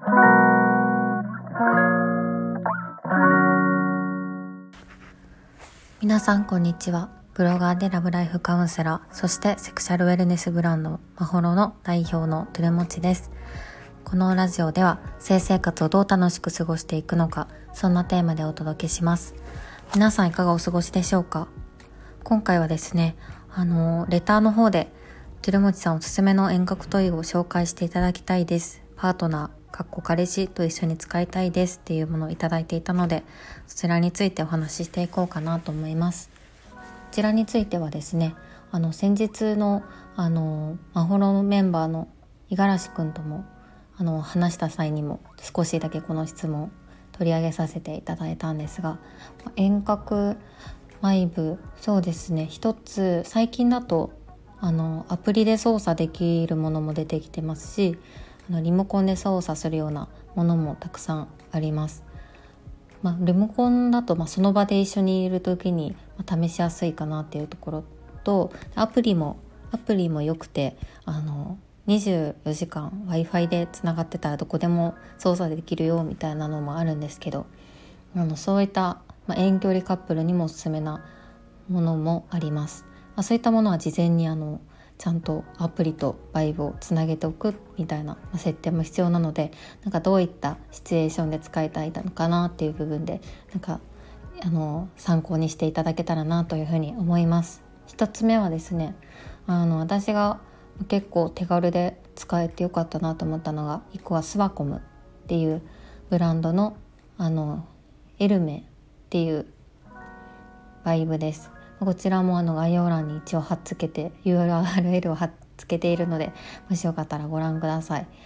皆さんこんにちは。ブロガーでラブライフカウンセラー、そしてセクシャルウェルネスブランドマホロの代表のトゥルモチです。このラジオでは性生活をどう楽しく過ごしていくのか、そんなテーマでお届けします。皆さんいかがお過ごしでしょうか。今回はですね、レターの方でトゥルモチさんおすすめの遠隔トイを紹介していただきたいです。パートナー彼氏と一緒に使いたいですっていうものをいただいていたので、そちらについてお話ししていこうかなと思います。こちらについてはですね、先日のマホロのメンバーの五十嵐くんとも話した際にも少しだけこの質問を取り上げさせていただいたんですが、遠隔ワイブ、そうですね、一つ最近だとアプリで操作できるものも出てきてますし、リモコンで操作するようなものもたくさんあります。リモコンだとその場で一緒にいる時に試しやすいかなっていうところと、アプリも良くて24時間 Wi-Fi でつながってたらどこでも操作できるよみたいなのもあるんですけど、そういった、遠距離カップルにもおすすめなものもあります。そういったものは事前にちゃんとアプリとバイブをつなげておくみたいな設定も必要なので、どういったシチュエーションで使いたいのかなっていう部分で参考にしていただけたらなというふうに思います。一つ目はですね、私が結構手軽で使えてよかったなと思ったのが、一個はスバコムっていうブランドのエルメっていうバイブです。こちらも概要欄に一応貼っつけて URL を貼っつけているので、もしよかったらご覧ください。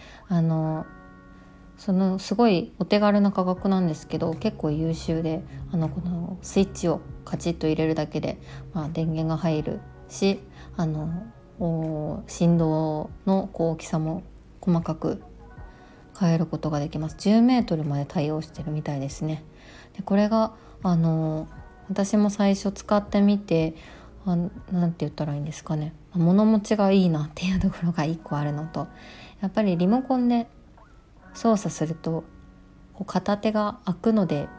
すごいお手軽な価格なんですけど、結構優秀で、このスイッチをカチッと入れるだけで、電源が入るし、振動の大きさも細かく変えることができます。10メートルまで対応してるみたいですね。でこれが私も最初使ってみて、なんて言ったらいいんですかね、物持ちがいいなっていうところが1個あるのと、やっぱりリモコンで操作すると片手が空くので、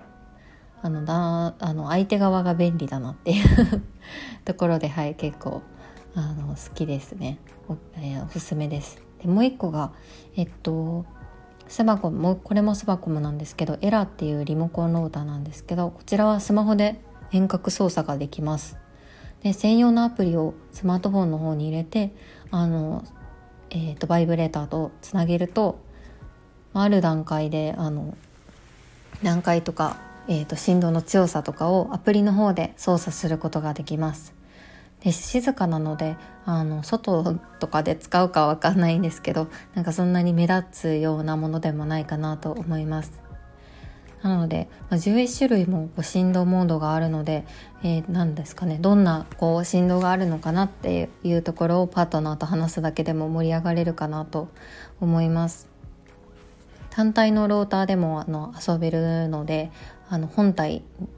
相手側が便利だなっていうところで、結構好きですね。おすすめです。でもう1個がスバコム、これもスバコムなんですけど、エラっていうリモコンローターなんですけど、こちらはスマホで遠隔操作ができます。で専用のアプリをスマートフォンの方に入れてバイブレーターとつなげると、ある段階で段階とか、振動の強さとかをアプリの方で操作することができます。で静かなので外とかで使うかは分かんないんですけど、そんなに目立つようなものでもないかなと思います。なので、11種類も振動モードがあるので、何ですかね、どんな振動があるのかなっていうところをパートナーと話すだけでも盛り上がれるかなと思います。単体のローターでも遊べるので、本体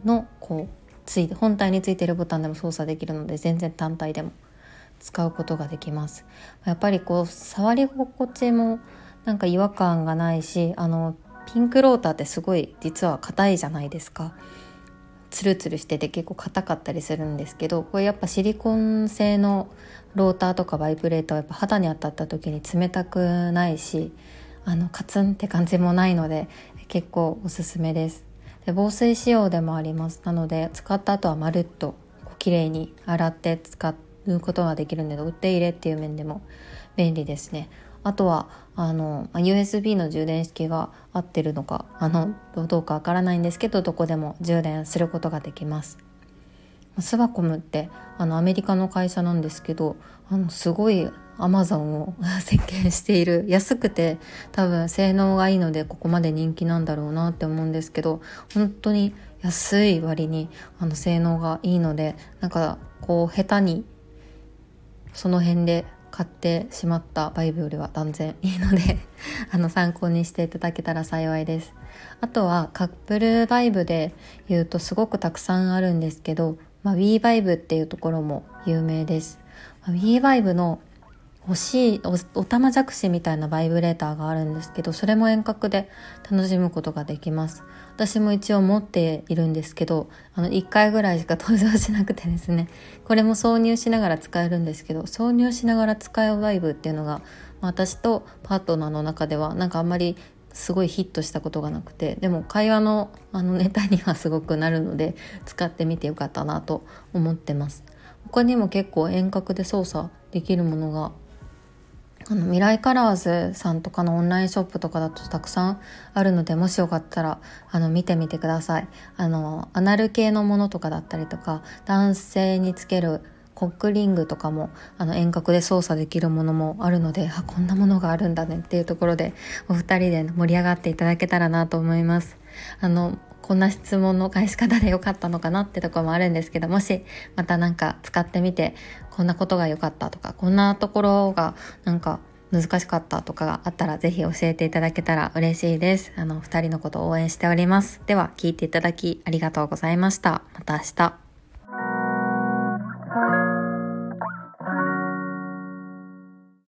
についているボタンでも操作できるので、全然単体でも使うことができます。やっぱり触り心地も違和感がないし、ピンクローターってすごい実は硬いじゃないですか。ツルツルしてて結構硬かったりするんですけど、これやっぱシリコン製のローターとかバイブレーターはやっぱ肌に当たった時に冷たくないし、カツンって感じもないので結構おすすめです。で防水仕様でもあります。なので使った後はまるっときれいに洗って使うことができるので、お手入れっていう面でも便利ですね。あとはUSB の充電式が合ってるのかどうかわからないんですけど、どこでも充電することができます。スバコムってアメリカの会社なんですけど、すごいアマゾンを席巻している、安くて多分性能がいいのでここまで人気なんだろうなって思うんですけど、本当に安い割に性能がいいので、下手にその辺で買ってしまったバイブよりは断然いいので参考にしていただけたら幸いです。あとはカップルバイブで言うとすごくたくさんあるんですけど、WeVibe っていうところも有名です。WeVibe の欲しいおたまじゃくしみたいなバイブレーターがあるんですけど、それも遠隔で楽しむことができます。私も一応持っているんですけど、1回ぐらいしか登場しなくてですね、これも挿入しながら使えるんですけど、挿入しながら使うバイブっていうのが、私とパートナーの中ではなんかあんまりすごいヒットしたことがなくて、でも会話のネタにはすごくなるので使ってみてよかったなと思ってます。他にも結構遠隔で操作できるものがミライカラーズさんとかのオンラインショップとかだとたくさんあるので、もしよかったら見てみてください。アナル系のものとかだったりとか、男性につけるコックリングとかも遠隔で操作できるものもあるので、こんなものがあるんだねっていうところでお二人で盛り上がっていただけたらなと思います。こんな質問の返し方で良かったのかなってところもあるんですけど、もしまたなんか使ってみてこんなことが良かったとか、こんなところがなんか難しかったとかがあったら、ぜひ教えていただけたら嬉しいです。二人のことを応援しております。では聞いていただきありがとうございました。また明日。